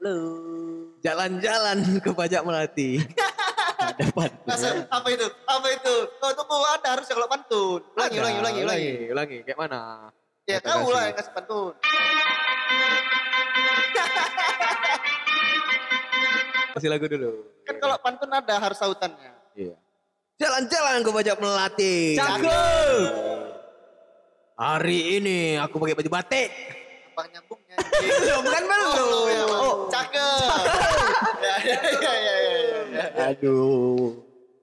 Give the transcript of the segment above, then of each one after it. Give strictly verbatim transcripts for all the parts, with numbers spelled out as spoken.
Lu jalan-jalan ke Bajak Melati. Ada pantun. Masa, apa itu? Apa itu? Oh, itu kok ada harus kalau pantun. Ulangi, Ada, ulangi, ulangi, ulangi. ulangi. Kayak mana? Ya Kata kau kasih. lah yang kasih pantun. Kasih lagu dulu. Kan kalau pantun ada harus sautannya. Iya. Jalan-jalan ke Bajak Melati. Cakep. Hari ini aku pakai baju batik. Apa nyambungnya? Belum kan belum. Oh, ya, oh, cakep. Ya, ya, ya, ya, ya, ya. Aduh.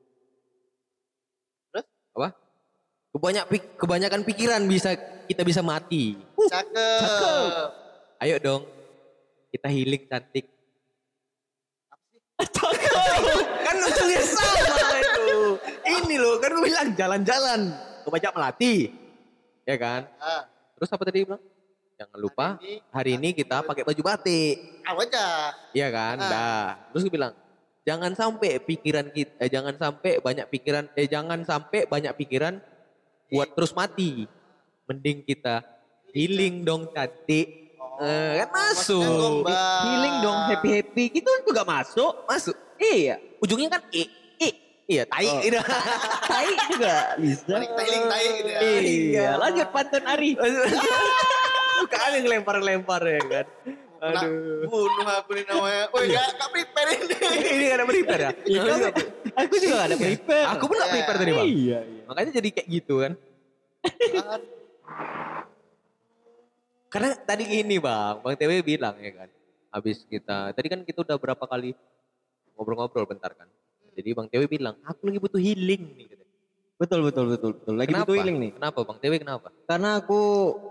Terus? Apa? Kebanyak kebanyakan pikiran bisa kita bisa mati. Cakep. Cakep. Ayo dong. Kita healing cantik. Cakep. Kan ujungnya sama itu. Ini loh kan gue bilang jalan-jalan ke Bajak Melati. Ya kan? Ah, Terus apa tadi bilang? Jangan lupa Hari ini- hari ini kita pakai baju batik. kau aja. Iya kan? Ah. Dah. Terus gue bilang, jangan sampai pikiran kita eh, jangan sampai banyak pikiran eh jangan sampai banyak pikiran buat terus mati. Mending kita healing dong cantik. Eh, kan masuk. Maksudnya gombal. Healing dong, happy-happy. Gitu juga masuk. Masuk. Iya. Ujungnya kan i i. Iya, tai. Oh. gitu. Tai juga bisa. Balik tailing tai gitu ya. Iya. Lanjut pantun Ari. Bukan yang lempar-lempar ya kan. Nah, Aduh. bunuh aku nih namanya. Woi, gak, gak prepare ini. Ini gak ada prepare ya? Iya, Aku juga- Aku juga gak ada prepare. Aku pun gak Iya. prepare tadi bang. Iya, iya. Makanya jadi kayak gitu kan. Karena tadi gini bang, Bang T W bilang ya kan. Habis kita, tadi kan kita udah berapa kali ngobrol-ngobrol bentar kan. Jadi Bang T W bilang, aku lagi butuh healing nih. katanya. Betul, betul, betul, betul. Lagi Kenapa? butuh healing nih. Kenapa Bang T W kenapa? Karena aku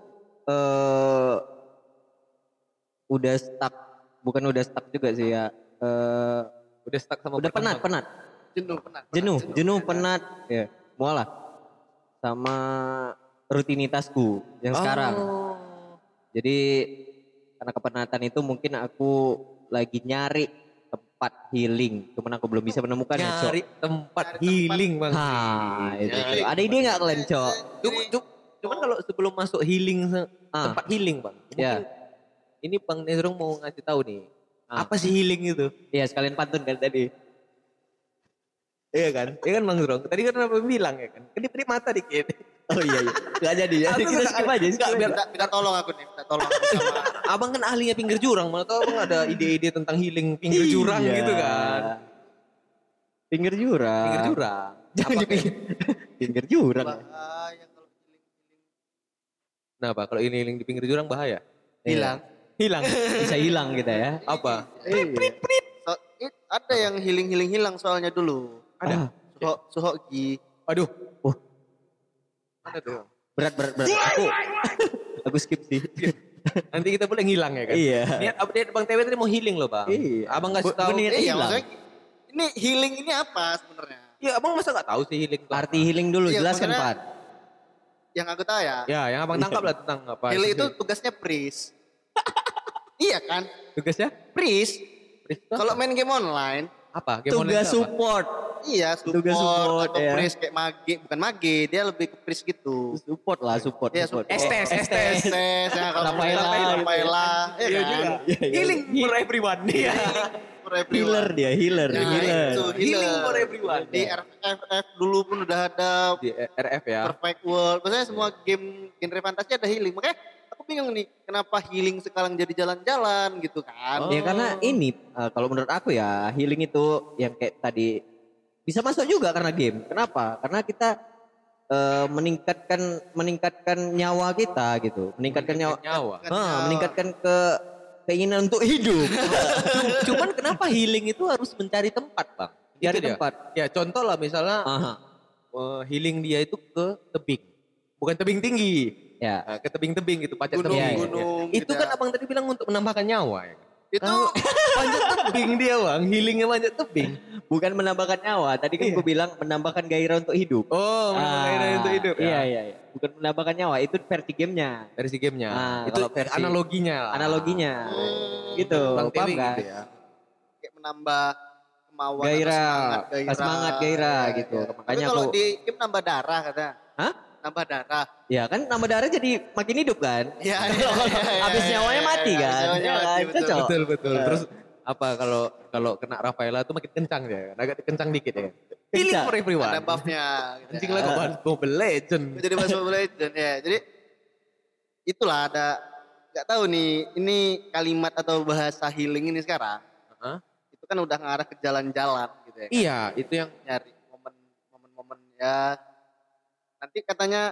eh udah stuck. Bukan udah stuck juga sih ya. Eh Udah stuck sama udah penat, pertemanan. penat. Jenuh, penat. penat, Jenuh, jenuh, penat. Ya, mualah. Sama rutinitasku yang sekarang. Oh. Jadi karena kepenatan itu mungkin aku lagi nyari tempat healing. Cuman aku belum bisa menemukan ya, Cok. Nyari tempat Nyari healing bang. Ha, itu. Healing. Ada ide nggak kalian, Cok? Cuma, cuma, cuman kalau sebelum masuk healing, se- Ah. tempat healing bang. Mungkin Ya. ini Bang Nezrong mau ngasih tahu nih. Ah. Apa sih healing itu? Iya, sekalian pantun kan tadi. Iya kan? Iya kan Bang Nezrong? Tadi kan apa bilang ya kan? Kedip-kedip mata dikit. Oh iya, iya. Gak jadi ya. Aku Kita suka skip kali. aja, skip Enggak, aja. biar- Minta, minta tolong aku nih, minta tolong aku sama. Abang kan ahlinya pinggir jurang, malah tau abang ada ide-ide tentang healing pinggir jurang Iya. gitu kan. Pinggir jurang. Pinggir jurang. Jangan di pinggir, pinggir jurang. Bahaya kalau healing-healing. Kenapa? Kalau ini healing di pinggir jurang bahaya? Hilang. Hilang. Bisa hilang kita ya. Apa? Iya. So, it, ada yang healing-healing hilang soalnya dulu. Ada. Suho, Suhoki. Aduh. Oh, Ada tuh. berat berat berat. Aku aku skip sih. Nanti kita boleh ngilang ya kan? Iya. Niat update Bang T W tadi mau healing loh bang. Iya. Abang Bu- kasih tahu. bu- niat Iya, hilang. maksudnya ini healing ini apa sebenarnya? Iya abang masa nggak tahu sih healing itu apa? Arti healing dulu, Iya, jelaskan maksudnya- Pat. Yang aku tahu ya, Ya yang abang tangkap lah tentang apa. healing itu healing. tugasnya priest. Iya kan? tugasnya? Priest. Priest itu Kalau main game online, apa? Game online Tugas itu apa? support. iya support, Tugas support, atau ya. priest kayak mage, bukan mage, dia lebih ke priest gitu. Support lah, support. Iya, support. support. Estes, estes. Tes, ya kalau Rafaela, Rafaela, Rafaela, Iya iya juga. kan? Iya, iya. Healing for everyone. Iya. For everyone. Healer dia, healer, Nah, healer. itu Healing healer. for everyone. Di R F F dulu pun udah ada Di R F ya. Perfect World. Maksudnya semua game genre fantasi ada healing. Makanya aku bingung nih, kenapa healing sekarang jadi jalan-jalan gitu kan? Ya karena ini uh, kalau menurut aku ya healing itu yang kayak tadi bisa masuk juga karena game. Kenapa? Karena kita uh, meningkatkan meningkatkan nyawa kita gitu, meningkatkan nyawa, nyawa. Kan Ah, nyawa. meningkatkan ke keinginan untuk hidup. Cuman kenapa healing itu harus mencari tempat bang? Cari Itu dia. tempat. Ya contoh lah misalnya Aha. eh, healing dia itu ke tebing. Bukan tebing tinggi. Ya. Nah, ke tebing-tebing gitu, pacak Gunung, tebing. Iya, iya. gunung. Itu gitu kan ya. abang tadi bilang untuk menambahkan nyawa ya. Itu Panjat tebing dia bang, healingnya panjat tebing. Bukan menambahkan nyawa. Tadi kan Iya. gue bilang menambahkan gairah untuk hidup. Oh, menambahkan gairah untuk hidup ya. Iya, iya, iya. Bukan menambahkan nyawa, itu versi gamenya. Versi gamenya. Ah, itu kalau versi- analoginya lah. Analoginya. Hmm. Gitu. Bang Paham Tewi kan? gitu ya. kayak menambah kemauan atau Gairah, semangat gairah. semangat gairah Iya, gitu. iya. Makanya Tapi kalau aku- di game nambah darah kata. Hah? nambah darah. Ya kan nambah darah jadi makin hidup kan. Iya, Kalau kalau habis nyawanya mati kan. Habis nyawanya Ya mati, kan? betul. Cocok. Betul betul. Eh. Terus apa kalau kalau kena Rafaela tuh makin kencang dia kan. Agak kencang dikit ya. Healing Kencang. for everyone. Ada buffnya. Gitu Anjing ya. lah kok bahas Mobile Legend. Jadi bahas Mobile Legends ya. Jadi itulah ada nggak tahu nih ini kalimat atau bahasa healing ini sekarang Heeh. itu kan udah ngarah ke jalan-jalan gitu ya. Kan? Iya, itu yang Nyari momen-momen ya. Nanti katanya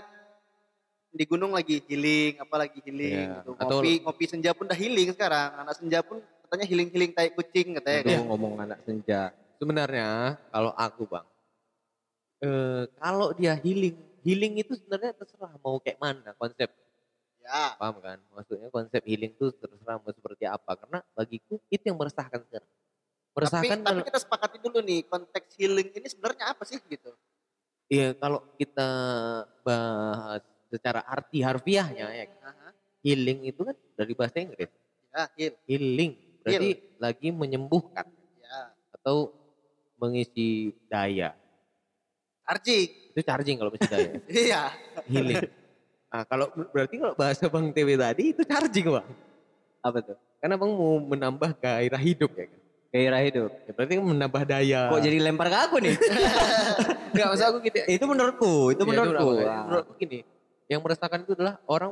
di gunung lagi healing, apa lagi healing Iya. gitu. Atau- Ngopi ngopi senja pun udah healing sekarang. Anak senja pun katanya healing-healing tai kucing katanya. Aduh, kan. ngomong anak senja. sebenarnya kalau aku bang, eh, kalau dia healing, healing itu sebenarnya terserah mau kayak mana konsep, Ya. paham kan? Maksudnya konsep healing itu terserah mau seperti apa. Karena bagiku itu yang meresahkan sekarang. Tapi, Meresahkan tapi kalau, kita sepakati dulu nih konteks healing ini sebenarnya apa sih gitu? iya kalau kita bahas secara arti harfiahnya ya, Aha. healing itu kan dari bahasa Inggris. Ya, heal. Healing berarti lagi menyembuhkan Ya. atau mengisi daya. Charging. Itu charging kalau mengisi daya. Iya. Healing. Nah, kalau berarti kalau bahasa Bang T W tadi itu charging bang. Apa tuh? Karena bang mau menambah gairah hidup ya kan. Gairah hidup. Ya, berarti kan menambah daya. Kok jadi lempar ke aku nih? Enggak maksud aku gitu. Ya, itu menurutku, itu itu menurutku. menurut, Ah. menurutku gini. Yang meresahkan itu adalah orang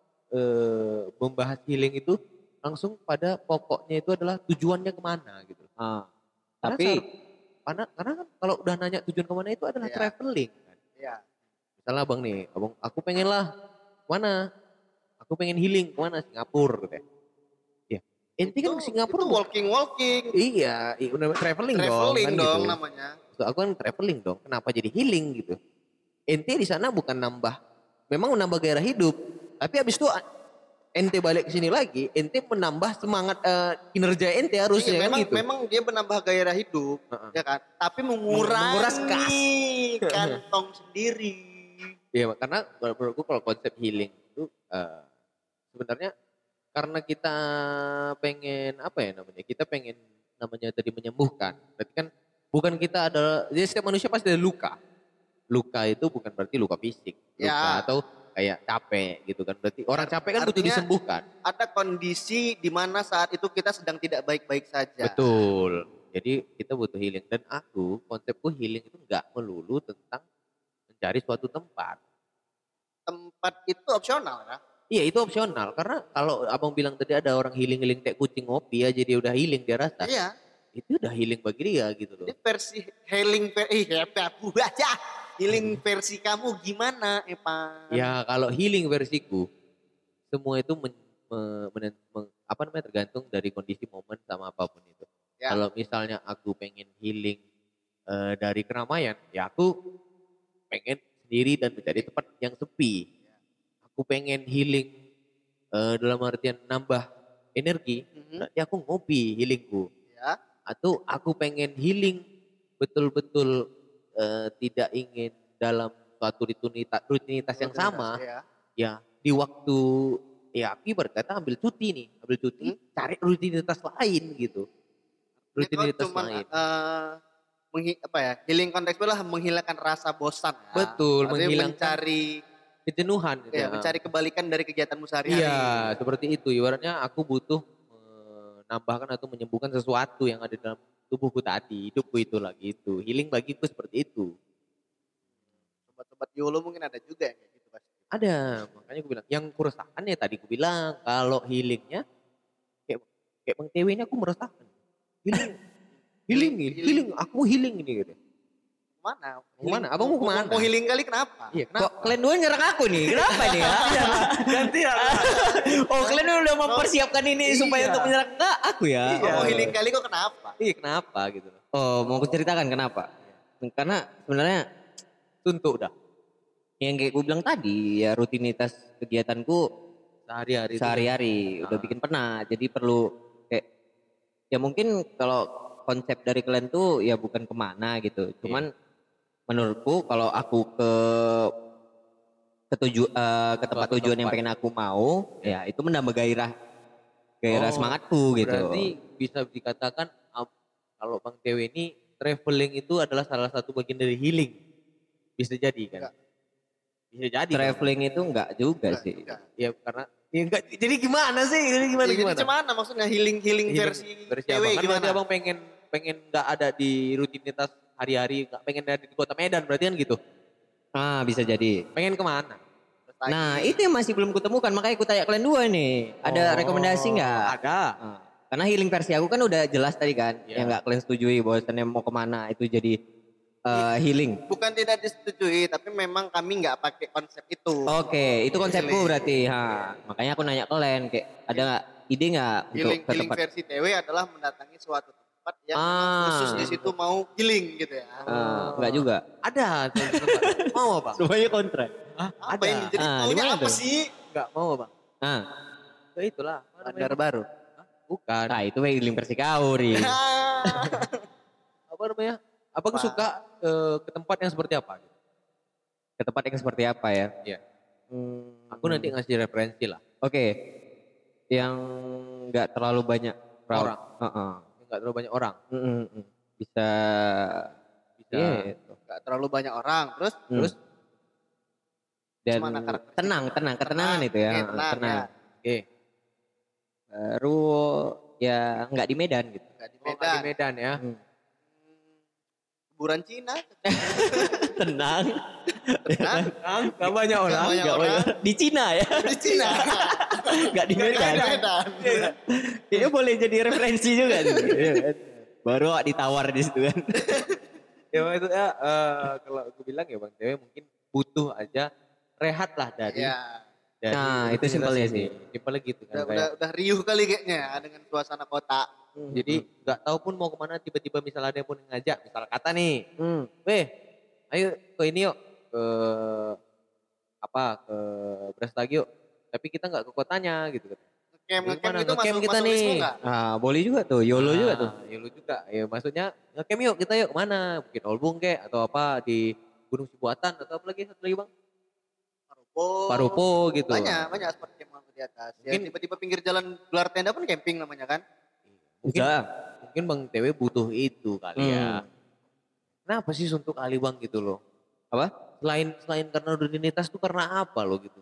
eh, membahas healing itu langsung pada pokoknya itu adalah tujuannya kemana gitu. Ah. Karena Tapi seharus- karena karena kan kalau udah nanya tujuan kemana itu adalah Iya. traveling kan. Iya. Misalnya abang nih, abang aku pengen lah kemana? Aku pengen healing kemana? Singapura gitu ya. Ya, ente kan ke Singapura itu bukan- walking walking. Iya, iya, udah traveling, dong. Traveling kan dong gitu. namanya. Maksud aku kan traveling dong. Kenapa jadi healing gitu? Ente di sana bukan nambah, memang menambah gairah hidup. Tapi habis itu ente balik ke sini lagi, ente menambah semangat eh, kinerja ente harusnya Iya, kan memang gitu. memang dia menambah gairah hidup, Heeh. ya kan? Tapi mengurangi Menguras kas. kantong sendiri. Iya, karena kalau menurutku kalau konsep healing itu eh, sebenarnya karena kita pengen apa ya namanya? Kita pengen namanya tadi menyembuhkan. Berarti kan bukan kita ada, jadi setiap manusia pasti ada luka. Luka itu bukan berarti luka fisik, luka Ya. atau kayak capek gitu kan. Berarti orang capek kan butuh Artinya- disembuhkan. Ada kondisi di mana saat itu kita sedang tidak baik-baik saja. Betul. Jadi kita butuh healing dan aku konsepku healing itu nggak melulu tentang mencari suatu tempat. Tempat itu opsional ya. Iya itu opsional karena kalau abang bilang tadi ada orang healing-healing kayak kucing ngopi aja dia udah healing dia rasa. Iya. Itu udah healing bagi dia gitu loh. Jadi versi healing versi eh, aku aja. Healing versi kamu gimana, Epan? Ya kalau healing versiku semua itu men, me- men- men- apa namanya tergantung dari kondisi momen sama apapun itu. Ya. Kalau misalnya aku pengen healing eh, dari keramaian, ya aku pengen sendiri dan mencari tempat yang sepi. Aku pengen healing eh, dalam artian nambah energi, Mhm. berarti aku ngopi healingku. Ya. Atau aku pengen healing betul-betul eh, tidak ingin dalam suatu rutinitas, rutinitas yang sama, Ya. ya di waktu ya aku berkata ambil cuti nih, ambil cuti, Hmm. cari rutinitas lain gitu. Ini kok Rutinitas cuman lain. eh, menghi- apa ya? Healing konteks adalah menghilangkan rasa bosan ya. Betul, Artinya menghilangkan mencari Kejenuhan gitu ya, ya. mencari kebalikan dari kegiatanmu sehari-hari. Iya, seperti itu. Ibaratnya aku butuh menambahkan atau menyembuhkan sesuatu yang ada dalam tubuhku tadi, hidupku itu lagi itu. Healing bagiku seperti itu. Sobat-sobat YOLO mungkin ada juga yang kayak gitu pasti. Ada, makanya aku bilang, yang kuresahkan ya tadi aku bilang, kalau healingnya kayak kayak Bang T W ini aku meresahkan. Healing, healing, healing, healing, aku healing ini gitu. Kemana? Kemana? Abang mau kemana? Mau healing kali kenapa? Iya, Kok kenapa? kalian dua nyerang aku nih? Kenapa nih ya? Ganti ya. Oh kalian udah mempersiapkan ini supaya Iya. untuk menyerang enggak aku ya? Kalau mau Oh. healing kali kok kenapa? Iya, kenapa gitu loh. Oh mau aku ceritakan kenapa? Karena sebenarnya Tuntuk dah. yang kayak gue bilang tadi ya rutinitas kegiatanku Sehari-hari. itu. sehari-hari udah Ah. bikin penat jadi perlu kayak ya mungkin kalau konsep dari kalian tuh ya bukan kemana gitu cuman menurutku kalau aku ke ketuju eh, ke tempat Suatu tujuan yang tempat. pengen aku mau ya itu menambah gairah gairah Oh, semangatku gitu Berarti bisa dikatakan ap- kalau Bang T W ini traveling itu adalah salah satu bagian dari healing. Bisa jadi kan? Enggak. Bisa jadi. dong. traveling itu enggak juga Enggak sih. juga. Ya karena ya enggak, jadi gimana sih? Jadi gimana Ya, gimana? jadi gimana maksudnya healing healing Healing versi versi cewek abang. Kan gimana? berarti abang pengen pengen nggak ada di rutinitas hari-hari, nggak pengen ada di kota Medan berarti kan gitu. Ah, bisa jadi. Pengen kemana? Terus lagi, Nah, itu yang masih belum kutemukan. Makanya aku tanya kalian dua nih. Ada Oh, rekomendasi nggak? Ada. Ah, karena healing versi aku kan udah jelas tadi kan. Iya. Yang nggak kalian setujui bahwasannya mau kemana itu jadi eh, healing. bukan tidak disetujui, tapi memang kami nggak pakai konsep itu. Oke, itu konsepku Healing. berarti. Ha, makanya aku nanya ke kalian kayak ada nggak ide nggak untuk Healing, ke healing tempat? versi T W adalah mendatangi suatu tempat yang memang Ah. khusus di situ mau healing gitu ya. Ah, nggak juga. Ada. tuh, tempat. Mau bang? Semuanya kontra. Hah? Apa Ada. ini? Jadi Ah, maunya di mana apa tuh? sih? Enggak mau bang? Ah, Ke itulah. Apa Bandar namanya? baru. Hah? Bukan. nah itu healing versi kau, Ri. Apa namanya? Abang Apa? suka eh, ke tempat yang seperti apa? Gitu? Ke tempat yang seperti apa ya? Iya. Hmm, Aku nanti ngasih referensi lah. Oke, yang nggak terlalu banyak crowd. Orang. Heeh. Enggak terlalu banyak orang. Mm, mm, mm. Bisa, Bisa. gitu. Gak terlalu banyak orang. Terus Hmm. Terus Dan Gimana karakteristik? tenang, tenang, ketenangan Tenang, itu ya. oke, Heeh, tenang, tenang. ya. oke. Baru ya nggak di Medan gitu. Gak di Oh, nggak Medan. di Medan ya. Hmm. Hmm, Kuburan Cina. Tenang. Tenang. Enggak banyak orang. banyak Nggak orang. banyak. Di Cina ya. Di Cina. Nggak di Gak Medan. di Medan. Ini boleh jadi referensi juga nih. Iya kan? Baru wak ditawar di situ kan. Ya maksudnya eh, kalau aku bilang ya Bang Dewe mungkin butuh aja rehat lah dari Iya. dari Nah, itu rutinitas simpelnya ini. sih. Simpelnya gitu kan Udah, kayak. udah, udah riuh kali kayaknya dengan suasana kota. Jadi nggak tahu pun mau kemana tiba-tiba misalnya ada yang pun ngajak misal kata nih, Hmm. weh ayo ke ini yuk ke apa ke Brastagi yuk. Tapi kita nggak ke kotanya gitu kan. Ngecamp Jadi ngecamp gimana? itu Ngecamp masuk kita masuk nih. listmu nggak? Ah, boleh juga tuh. YOLO juga tuh. Ah, YOLO juga. Ya maksudnya ngecamp yuk kita yuk kemana? Mungkin Olbung kek atau apa di Gunung Cibuatan atau apa lagi satu lagi bang? Parupo. Parupo gitu. Banyak banyak spot camp di atas. Ya, Mungkin- tiba-tiba pinggir jalan gelar tenda pun camping namanya kan? Mungkin Bisa. mungkin Bang T W butuh itu kali ya. Hmm. Kenapa sih suntuk kali Bang gitu loh? Apa? Selain selain karena rutinitas tuh karena apa loh gitu?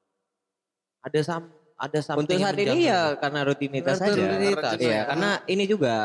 Ada sam ada something Untuk yang saat ini menjangkau. ya karena rutinitas Karena saja. rutinitas. Iya, karena ini juga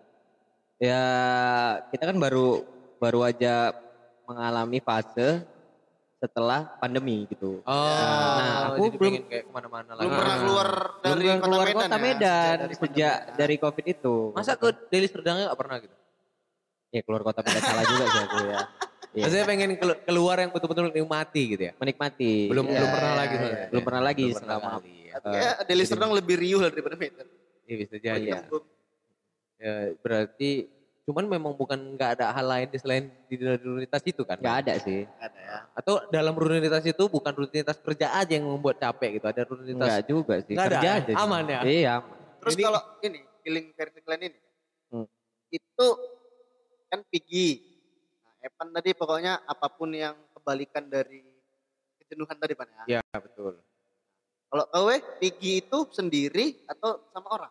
ya kita kan baru baru aja mengalami fase setelah pandemi gitu. Oh, Nah, aku jadi belum- pengen kayak kemana-mana lagi. Belum pernah Ah. keluar Belum dari pernah kota keluar Medan kota ya? Medan Sejak sejak, dari kota Medan. dari Covid itu. Masa ke Deli Serdangnya gak pernah gitu? Ya keluar kota Medan salah juga sih aku ya. Iya. Maksudnya pengen kelu- keluar yang betul-betul menikmati gitu ya? Menikmati. Belum Iya, belum pernah iya, lagi iya. soalnya. Belum pernah lagi Belum pernah selama- kali ya. Tapi ya Deli Serdang lebih riuh daripada Medan. Iya bisa Oh, jadi. iya. Ya, berarti cuman memang bukan nggak ada hal lain di selain di rutinitas itu kan? Nggak ada sih. Ada ya. Atau dalam rutinitas itu bukan rutinitas kerja aja yang membuat capek gitu, ada rutinitas. Enggak juga sih. Nggak ada Kerja ya? aja. sih. Aman ya? Iya aman. Terus Ini- kalau ini healing versi kalian ini Hmm. itu kan Piggy. Nah, Evan tadi pokoknya apapun yang kebalikan dari kejenuhan tadi Pan ya. Iya betul. Kalau kowe Piggy itu sendiri atau sama orang?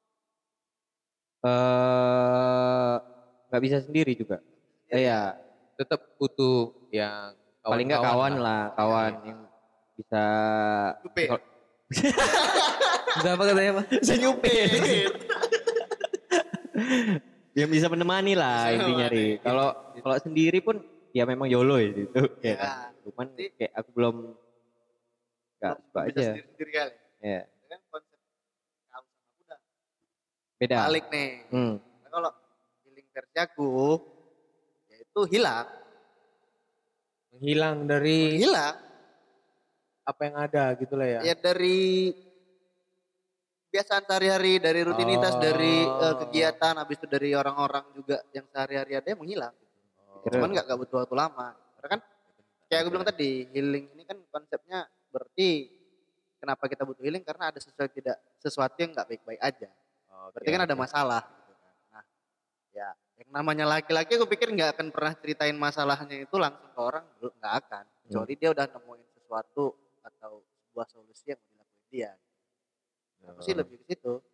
Eh nggak bisa sendiri juga. Iya. Tetap butuh yang Paling nggak kawan lah, kawan Iya. yang bisa Dupe. Bisa apa katanya Pak? bisa nyupir. yang bisa menemani lah Bisa intinya menemani. Ri. Kalau kalau sendiri pun ya memang YOLO ya gitu. Iya. Ya kan? Cuman Jadi- kayak aku belum nggak suka Belum bisa aja. sendiri-sendiri kali. Ya, Itu kan konsep kaum sama kuda. beda. Balik nih. Hmm. Nah, kalau healing versi aku yaitu hilang, Menghilang dari hilang apa yang ada gitu lah ya. ya dari kebiasaan sehari-hari, dari rutinitas, Oh. dari eh, kegiatan, habis itu dari orang-orang juga yang sehari-hari ada yang menghilang. Oh. Cuman nggak nggak butuh waktu lama. Karena kan kayak aku bilang tadi, healing ini kan konsepnya berarti kenapa kita butuh healing karena ada sesuatu tidak sesuatu yang nggak baik-baik aja. Oke, Berarti kan ada oke. masalah. Gitu kan. Nah, ya yang namanya laki-laki aku pikir nggak akan pernah ceritain masalahnya itu langsung ke orang, belum nggak akan. Kecuali dia udah nemuin sesuatu atau sebuah solusi yang mau dilakuin dia. Aku sih lebih ke situ.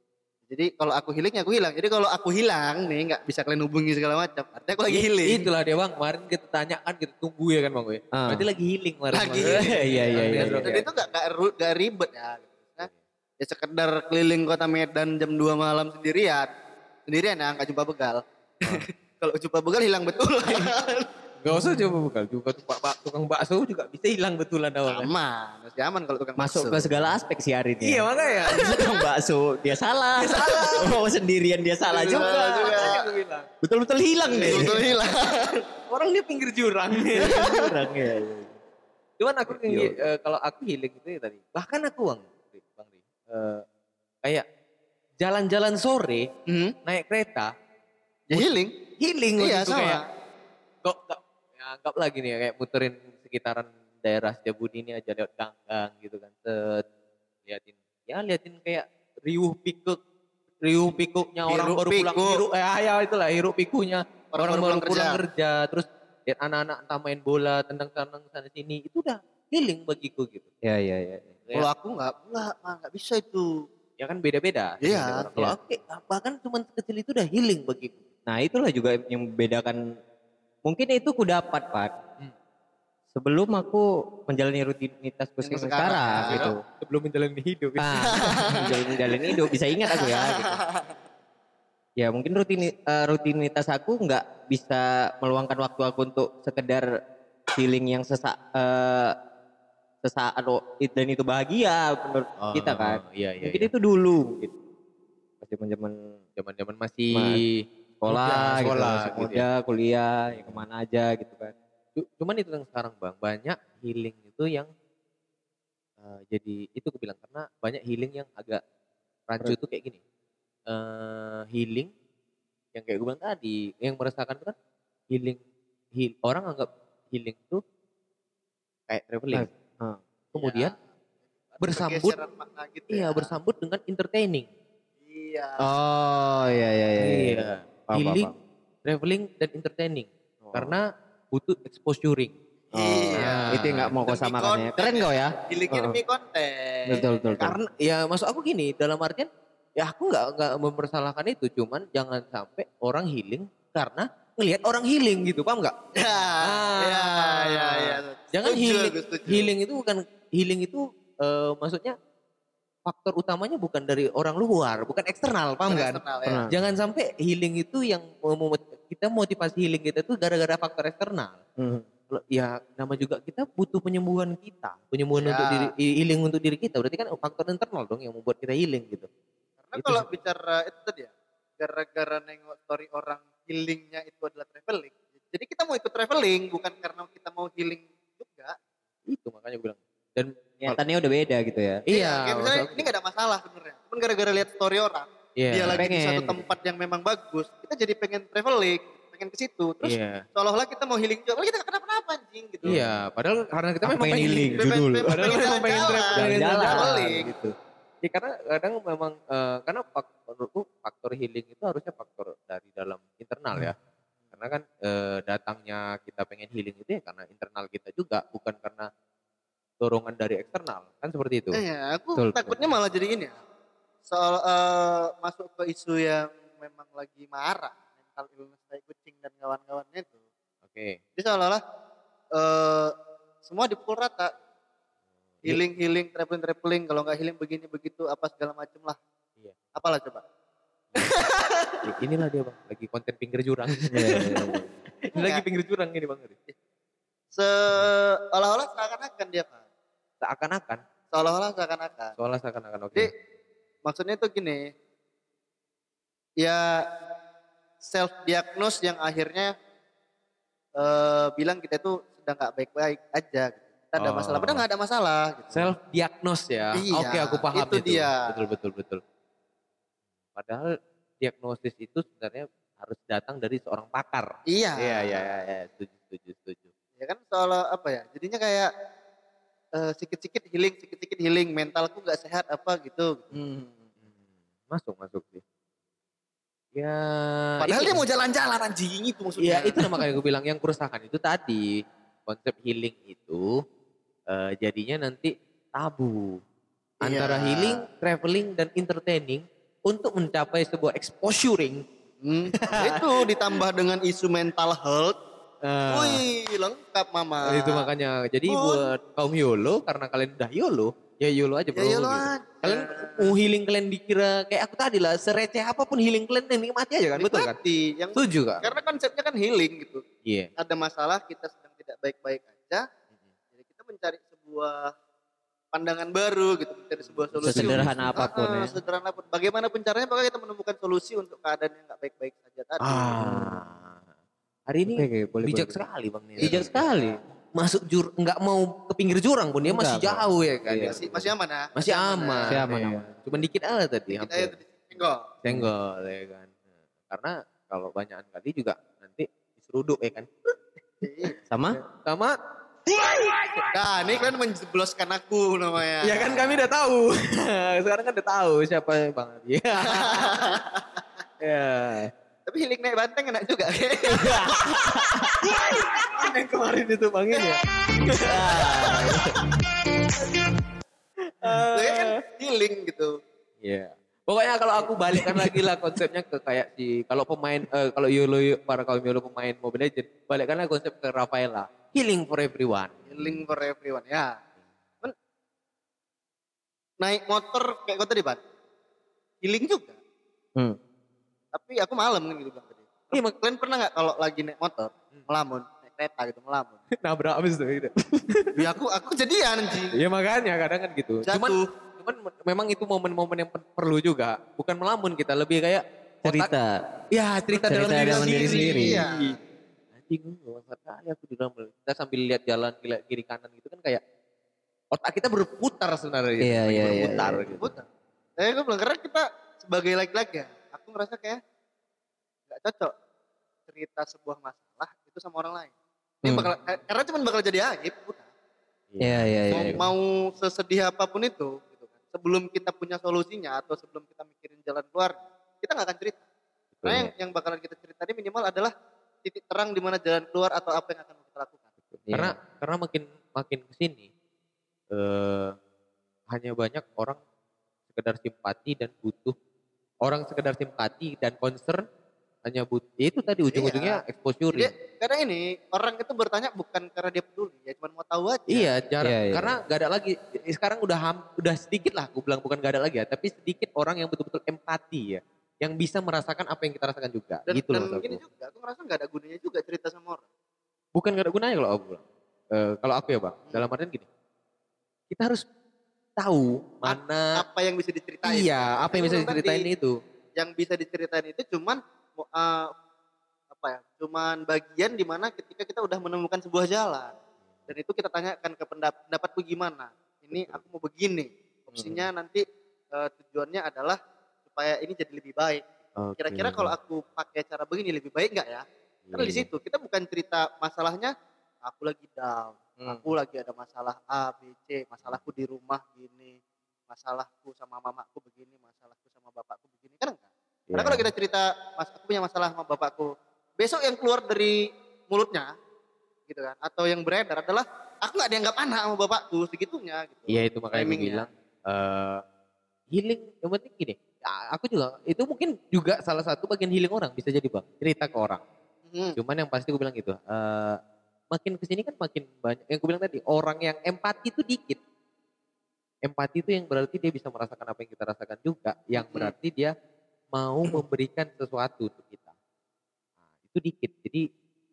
Jadi kalau aku healing ya aku hilang. Jadi kalau aku hilang nih nggak bisa kalian hubungi segala macam. Artinya aku lagi healing. Itulah dia bang, kemarin kita tanya kan kita tunggu ya kan bang gue. Ah. Berarti lagi healing kemarin. Lagi Bang. healing. Iya, iya, iya, Dan- Dan itu gak, gak, ru- gak ribet ya. Nah, ya sekedar keliling kota Medan jam dua malam sendirian. Sendirian ya gak jumpa begal. Kalau jumpa begal hilang betul. Gak usah coba bekal juga tuh pak, pak tukang bakso juga bisa hilang betulan awalnya. aman. Masih aman kalau tukang Masuk bakso. ke segala aspek sih hari ini. Iya makanya. Tukang bakso dia salah. Dia salah. Oh sendirian dia salah Dia juga. salah juga. Makanya aku bilang. Betul-betul hilang deh. Betul hilang. Orang dia pinggir jurang. Kurang ya. Cuman aku Iya. eh, kalau aku healing itu ya tadi. Bahkan aku bang, bang Ri, eh, kayak jalan-jalan sore Hmm. naik kereta Ya healing. healing Iya gitu sama. kayak kok kok- ya anggap lagi nih ya, kayak muterin sekitaran daerah Setiabudi ini aja lewat gang-gang gitu kan. Set, liatin ya liatin kayak riuh pikuk riuh pikuknya orang Hiruk baru pulang pikuk. hiruk eh ya itulah hiruk pikunya Orang orang, baru baru pulang pulang kerja. kerja. Terus lihat anak-anak entah main bola tendang-tendang sana sini itu udah healing bagiku gitu. Ya ya ya. Kalau Ya, aku nggak, nggak, nggak bisa itu. ya kan beda-beda. Iya, setiap orang. Kalau iya. aku kayak, bahkan cuma kecil itu udah healing bagiku. Nah itulah juga yang membedakan. Mungkin itu ku dapat Pak. Hmm. Sebelum aku menjalani rutinitasku Yang sekarang, sekarang, sekarang ya. gitu. Sebelum menjalani hidup. Nah, menjalani menjalani hidup bisa ingat aku ya. Gitu. Ya mungkin rutini, eh, rutinitas aku nggak bisa meluangkan waktu aku untuk sekedar feeling yang sesak eh, sesaat oh, it- dan itu bahagia menurut Oh, kita kan. Iya, iya. Mungkin iya. itu dulu gitu. Pas zaman Zaman-zaman masih sekolah, muda, gitu, sekolah masih gitu muda, kuliah, ya kemana aja gitu kan. Cu- Cuman itu yang sekarang bang, banyak healing itu yang eh, jadi itu aku bilang karena banyak healing yang agak rancu itu kayak gini. Eh healing yang kayak gue bilang tadi, yang merasakan itu kan healing, heal, orang anggap healing itu kayak traveling. Ah. Kemudian Ada bersambut, pergeseran makna gitu iya ya. bersambut dengan entertaining. Iya. Oh iya iya iya. Iya. Paham, Healing, paham, traveling dan entertaining. Oh. Karena butuh exposuring. Oh, Iya. itu yang nggak mau kau Demi samakan ya. konten Keren kau ya. Healingnya Oh. demi konten. Betul betul. betul. Karena ya masuk aku gini dalam artian ya aku nggak nggak mempersalahkan itu, cuman jangan sampai orang healing karena ngelihat orang healing gitu, paham nggak? Ya, Ah. ya, ya, ya. Jangan Setuju, healing, aku setuju. healing itu bukan healing itu eh, maksudnya faktor utamanya bukan dari orang luar, bukan eksternal, paham Bukan nggak? eksternal, ya. Pernah. Jangan sampai healing itu yang mem- kita motivasi healing kita itu gara-gara faktor eksternal. Hmm. Kalau- Ya nama juga kita butuh penyembuhan kita, penyembuhan Ya. untuk diri, healing untuk diri kita. Berarti kan faktor internal dong yang membuat kita healing gitu. Karena Itu kalau sih. bicara itu tadi ya, gara-gara nengok story orang healingnya itu adalah traveling. Jadi kita mau ikut traveling bukan karena kita mau healing juga. Itu makanya gue bilang. Dan Niatannya udah beda gitu ya. iya, Kayak misalnya maksud ini gak ada masalah sebenarnya. Cuman gara-gara lihat story orang, iya, dia lagi di pengen. satu tempat yang memang bagus, kita jadi pengen traveling, pengen ke situ. Terus iya, seolah-olah kita mau healing juga, padahal kita gak kenapa-napa anjing gitu. iya. Padahal karena kita Aku memang pengen pengen healing. Pengen- judul. pengen- Padahal pengen memang pengen jalan-jalan. tra- pengen Jalan-jalan. traveling. gitu. Ya, karena kadang memang eh, karena fak- menurutku faktor healing itu harusnya faktor dari dalam internal ya. Karena kan eh, datangnya kita pengen healing itu ya karena internal kita juga, bukan karena dorongan dari eksternal. Kan seperti itu. Iya, aku Betul, betul. takutnya malah jadi ini ya. Soal eh, masuk ke isu yang memang lagi marah, mental illness tai kucing dan kawan-kawannya itu. Oke. Jadi seolah-olah eh, semua dipukul rata. Healing, healing, traveling, traveling. Kalau nggak healing begini begitu apa segala macem lah. Iya. Apalah coba. Ya, inilah dia bang, lagi konten pinggir jurang. Iya, iya, iya. Ini lagi pinggir jurang ini bang. Seolah-olah seakan-akan dia Pak. Seakan-akan, Seolah-olah seakan-akan. soalnya seakan-akan oke. Jadi maksudnya itu gini. Ya self diagnose yang akhirnya eh, bilang kita itu sedang nggak baik-baik aja. Gitu. Kita ada Oh. masalah. Padahal nggak ada masalah. Gitu. Self diagnose ya. Iya, Oke, aku paham itu dia. Betul betul betul. Padahal diagnosis itu sebenarnya harus datang dari seorang pakar. Iya. Iya iya iya, iya. setuju setuju setuju. Ya kan seolah apa ya? Jadinya kayak eh, sikit-sikit healing, sikit-sikit healing. Mentalku nggak sehat apa gitu. Hmm. Hmm, masuk masuk sih. Ya. Padahal itu. dia mau jalan-jalan anjing itu maksudnya. Iya itu makanya gue bilang yang kerusakan itu tadi konsep healing itu eh, jadinya nanti tabu antara Iya. healing, traveling dan entertaining untuk mencapai sebuah exposuring. Hmm, itu ditambah dengan isu mental health. Ah. Wih, lengkap mama. Itu makanya. Jadi Pun. buat kaum YOLO, karena kalian udah YOLO, ya YOLO aja bro. Ya YOLO gitu. aja. Kalian mau healing kalian dikira kayak aku tadi lah, sereceh apapun healing kalian nikmati aja kan, betul kan? Nikmati. Yang Setuju kan? karena konsepnya kan healing gitu. Iya. Ada masalah kita sedang tidak baik-baik aja. Jadi kita mencari sebuah pandangan baru gitu, mencari sebuah solusi. Sesederhana apapun Ah, ya. Sederhana apapun. Bagaimanapun caranya, pokoknya kita menemukan solusi untuk keadaan yang nggak baik-baik saja tadi. Ah. Hari ini Oke, oke, boleh, bijak boleh. sekali Bang Nil. Bijak sekali. Masuk jur nggak mau ke pinggir jurang pun dia Enggak, masih Bang. jauh ya kan. Iya. Ya. Masih, masih aman ya? Masih aman. Masih aman, Iya. aman. Cuman dikit aja tadi. Kita hampir. aja tadi senggol. Senggol ya kan. Karena kalau banyakan kali juga nanti diseruduk ya kan. Sama? Sama Nah, ini kalian menjebloskan aku namanya. ya kan kami udah tahu. Sekarang kan udah tahu siapa Bang Adi. Ya. Tapi healing naik banteng enak juga. Yang kemarin itu Bang ini ya. Itu kan healing gitu. Iya. Pokoknya kalau aku balikkan lagi lah konsepnya ke kayak si kalau pemain eh, kalau YOLO para kaum YOLO pemain Mobile Legends, balikkanlah konsep ke Rafaela. Healing for everyone. Healing for everyone ya. Men, naik motor kayak kau tadi, Ban. Healing juga. Hmm. Tapi aku malam kan gitu bilang tadi. Iya, mak- Kalian pernah nggak kalau lagi naik motor, melamun, naik kereta gitu melamun. Nabrak abis tuh gitu. Ya aku aku jadian anjing. Iya makanya kadang kan gitu. Jatuh. Cuman cuman memang itu momen-momen yang per- perlu juga. Bukan melamun kita, lebih kayak otak- Cerita. Ya cerita, Cerita dalam diri dalam diri sendiri. Iya. Anjing gue kali aku di dalam kita sambil lihat jalan kiri, kiri kanan gitu kan kayak otak kita berputar sebenarnya gitu. Iya, iya, iya, berputar iya. gitu. Betul. Saya gue bilang karena kita sebagai laki-laki ya, aku ngerasa kayak nggak cocok cerita sebuah masalah itu sama orang lain. Ini Hmm. bakal karena cuma bakal jadi aib. Udah. Iya, iya, iya. Mau, mau sesedih apapun itu, gitu kan. Sebelum kita punya solusinya atau sebelum kita mikirin jalan keluar, kita nggak akan cerita. Karena yang, yang bakalan kita cerita ini minimal adalah titik terang di mana jalan keluar atau apa yang akan kita lakukan. Iya. Karena karena makin makin kesini eh, hanya banyak orang sekedar simpati dan butuh orang sekedar simpati dan concern hanya butuh itu tadi ujung-ujungnya exposure. Jadi karena ini orang itu bertanya bukan karena dia peduli, ya cuma mau tahu aja. Iya, jarang. Iya, iya. Karena nggak ada lagi. Sekarang udah ham, udah sedikit lah. Aku bilang bukan nggak ada lagi ya, tapi sedikit orang yang betul-betul empati ya, yang bisa merasakan apa yang kita rasakan juga. Dan, gitu dan loh. maksud gini aku. juga, aku ngerasa nggak ada gunanya juga cerita sama orang. Bukan nggak ada gunanya kalau aku bilang. Eh, kalau aku ya bang, dalam artian gini, kita harus tahu mana. Apa yang bisa diceritain. Iya, apa yang bisa Itu tadi. diceritain itu. Yang bisa diceritain itu cuman uh, apa ya? Cuman bagian dimana ketika kita udah menemukan sebuah jalan dan itu kita tanyakan ke pendap- pendapatku gimana. Ini aku mau begini. Opsinya nanti uh, tujuannya adalah supaya ini jadi lebih baik. Oke. Kira-kira kalau aku pakai cara begini lebih baik nggak ya? Karena di Iya. situ kita bukan cerita masalahnya. Aku lagi down. Hmm. Aku lagi ada masalah A, B, C. Masalahku di rumah gini. Masalahku sama mamaku begini. Masalahku sama bapakku begini. Kan enggak? Karena Iya. kalau kita cerita, mas aku punya masalah sama bapakku, besok yang keluar dari mulutnya, gitu kan, atau yang beredar adalah aku nggak dianggap anak sama bapakku segitunya. Gitu. Iya itu makanya aku Timingnya. bilang eh healing yang penting gini. Ya, aku juga itu mungkin juga salah satu bagian healing orang bisa jadi bang cerita ke orang. Hmm. Cuman yang pasti aku bilang gitu, eh makin kesini kan makin banyak. Yang aku bilang tadi orang yang empati itu dikit. Empati itu yang berarti dia bisa merasakan apa yang kita rasakan juga. Yang Hmm. berarti dia mau memberikan sesuatu untuk kita. Nah, itu dikit. Jadi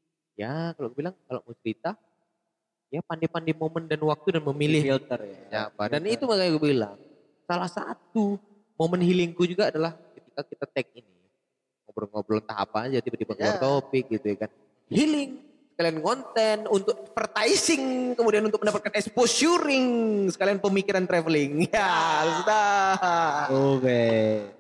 ya kalau aku bilang kalau mau cerita ya pandai-pandai momen dan waktu dan memilih Filter ya. siapa. Dan itu makanya gue bilang salah satu momen healingku juga adalah ketika kita tag ini ngobrol-ngobrol entah apa aja tiba-tiba keluar Ya. topik gitu ya kan. Healing sekalian konten untuk advertising kemudian untuk mendapatkan exposuring sekalian pemikiran traveling. Ya, sudah. Oke.